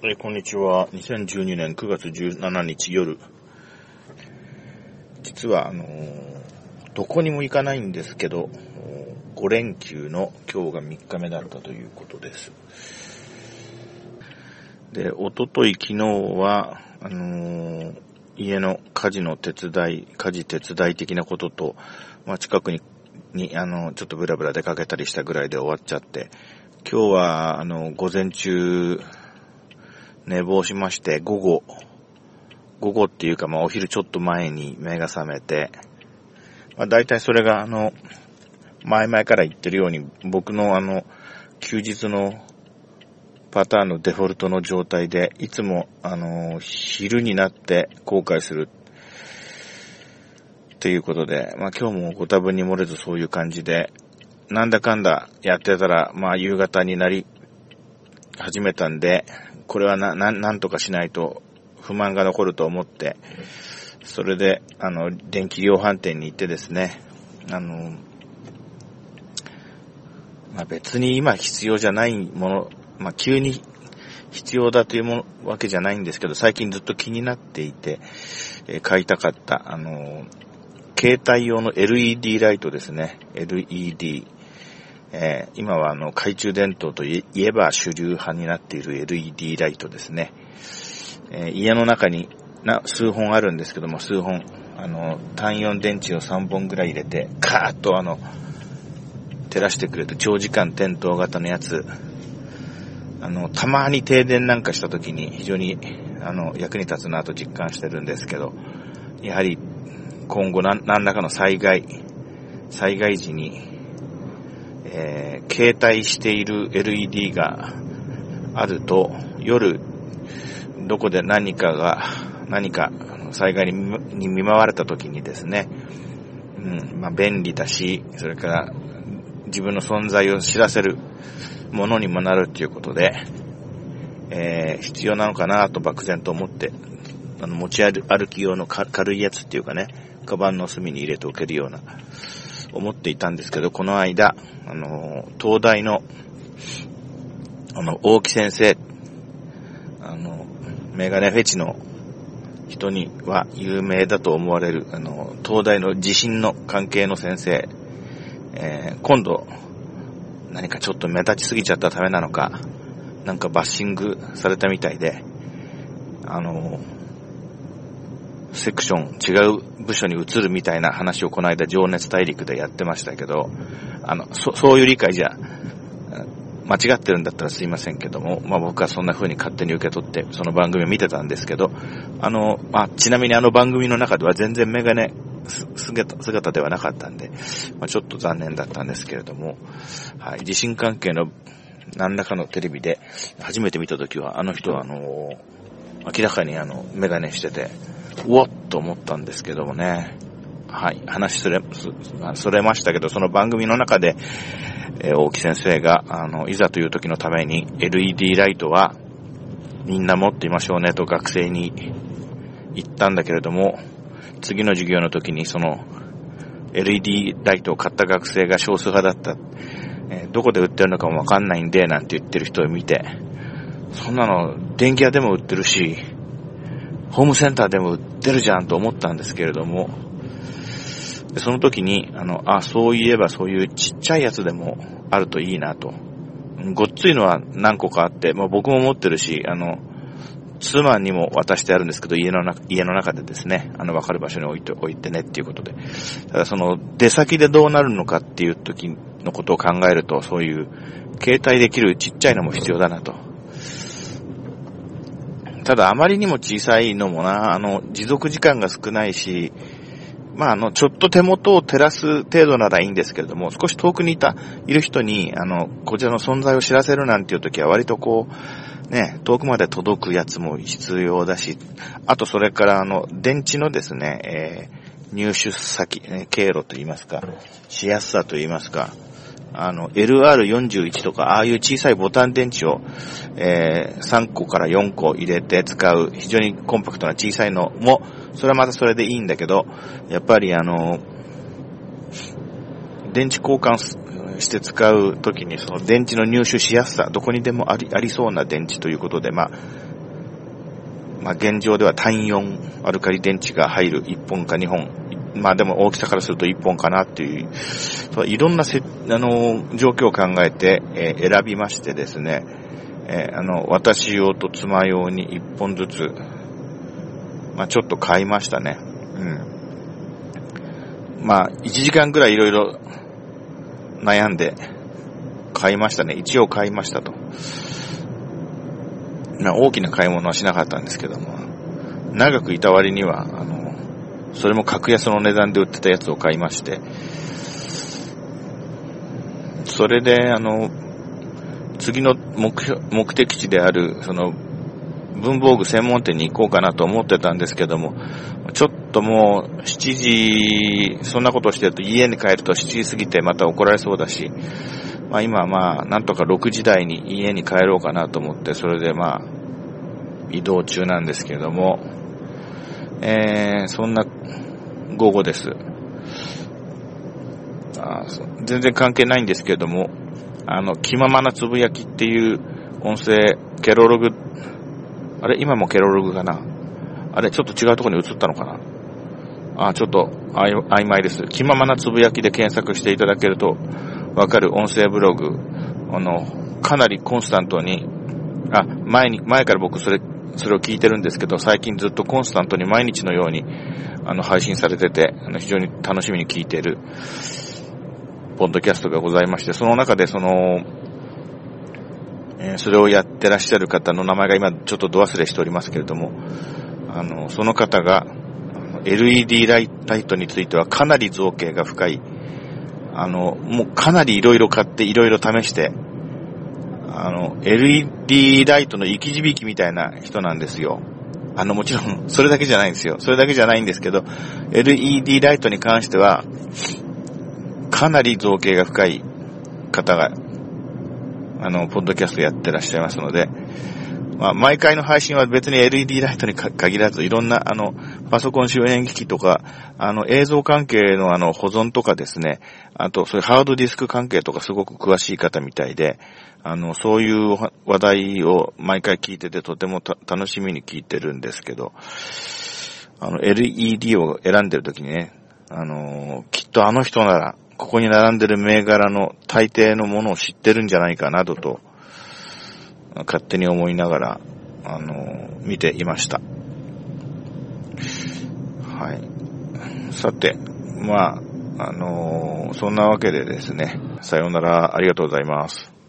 こんにちは。2012年9月17日夜。実は、どこにも行かないんですけど、5連休の今日が3日目だったということです。で、おととい昨日は、家の家事手伝い的なことと、近くにちょっとブラブラ出かけたりしたぐらいで終わっちゃって、今日は、午前中、寝坊しまして、午後っていうか、お昼ちょっと前に目が覚めて、大体それが、前々から言ってるように、僕の休日のパターンのデフォルトの状態で、いつも、昼になって後悔する。ということで、今日もご多分に漏れずそういう感じで、なんだかんだやってたら、夕方になり始めたんで、これはなんとかしないと不満が残ると思って、それで、電気量販店に行ってですね、別に今必要じゃないもの、急に必要だというわけじゃないんですけど、最近ずっと気になっていて、買いたかった、携帯用の LED ライトですね。LED。今は懐中電灯といえば主流派になっている LED ライトですね。家の中に数本あるんですけども、単4電池を3本ぐらい入れて、カーッと照らしてくれる長時間点灯型のやつ。たまに停電なんかした時に非常に役に立つなと実感してるんですけど、やはり今後何らかの災害時に携帯している LED があると、夜どこで何か災害に見舞われた時にですね、便利だし、それから自分の存在を知らせるものにもなるということで、必要なのかなと漠然と思って、持ち歩き用の軽いやつっていうかね、カバンの隅に入れておけるような思っていたんですけど、この間、東大の、大木先生、メガネフェチの人には有名だと思われる、東大の地震の関係の先生、今度、何かちょっと目立ちすぎちゃったためなのか、バッシングされたみたいで、セクション違う部署に移るみたいな話をこの間情熱大陸でやってましたけど、そういう理解じゃ間違ってるんだったらすいませんけども、僕はそんな風に勝手に受け取ってその番組を見てたんですけど、ちなみに番組の中では全然メガネ姿ではなかったんで、ちょっと残念だったんですけれども、はい、地震関係の何らかのテレビで初めて見たときは、人は明らかにメガネしてて、おっと思ったんですけどもね。はい。話それましたけど、その番組の中で、大木先生が、いざという時のために LED ライトはみんな持っていましょうねと学生に言ったんだけれども、次の授業の時にその LED ライトを買った学生が少数派だった。どこで売ってるのかもわかんないんで、なんて言ってる人を見て、そんなの電気屋でも売ってるし、ホームセンターでも売ってるじゃんと思ったんですけれども、その時に、そういえばそういうちっちゃいやつでもあるといいなと。ごっついのは何個かあって、僕も持ってるし、妻にも渡してあるんですけど、家の中でですね、わかる場所に置いてねっていうことで。ただその出先でどうなるのかっていう時のことを考えると、そういう携帯できるちっちゃいのも必要だなと。ただあまりにも小さいのも持続時間が少ないし、ちょっと手元を照らす程度ならいいんですけれども、少し遠くにいる人に、こちらの存在を知らせるなんていう時は割と遠くまで届くやつも必要だし、あとそれから電池のですね、入手先、経路といいますか、しやすさといいますか、LR41 とか、ああいう小さいボタン電池を、3個から4個入れて使う、非常にコンパクトな小さいのも、それはまたそれでいいんだけど、やっぱり電池交換して使うときにその電池の入手しやすさ、どこにでもありそうな電池ということで、現状では単4アルカリ電池が入る1本か2本。でも大きさからすると1本かなっていう、いろんな状況を考えて、選びましてですね、私用と妻用に1本ずつ、ちょっと買いましたね。1時間ぐらいいろいろ悩んで買いましたね。一応買いましたと。大きな買い物はしなかったんですけども、長くいた割には、それも格安の値段で売ってたやつを買いまして、それで、次の目的地である、文房具専門店に行こうかなと思ってたんですけども、ちょっともう7時、そんなことをしてると家に帰ると7時過ぎてまた怒られそうだし、今はなんとか6時台に家に帰ろうかなと思って、それで移動中なんですけども、そんな午後です。全然関係ないんですけども、気ままなつぶやきっていう音声、ケロログ、今もケロログかな、ちょっと違うところに移ったのかな、ちょっと曖昧です。気ままなつぶやきで検索していただけるとわかる音声ブログ、かなりコンスタントに、前から僕それを聞いてるんですけど、最近ずっとコンスタントに毎日のように配信されてて、非常に楽しみに聞いているポッドキャストがございまして、その中でそれをやってらっしゃる方の名前が今ちょっとど忘れしておりますけれども、その方が LED ライトについてはかなり造形が深い、もうかなりいろいろ買っていろいろ試して、LED ライトの生き字引みたいな人なんですよ。もちろんそれだけじゃないんですよ。それだけじゃないんですけど、LED ライトに関してはかなり造形が深い方がポッドキャストやってらっしゃいますので、毎回の配信は別に LED ライトに限らず、いろんなパソコン周辺機器とか映像関係の保存とかですね、あとそういうハードディスク関係とかすごく詳しい方みたいで、そういう話題を毎回聞いててとても楽しみに聞いてるんですけど、LED を選んでるときにね、きっとあの人ならここに並んでる銘柄の大抵のものを知ってるんじゃないかなどと勝手に思いながら見ていました。はい。さて、そんなわけでですね、さようなら、ありがとうございます。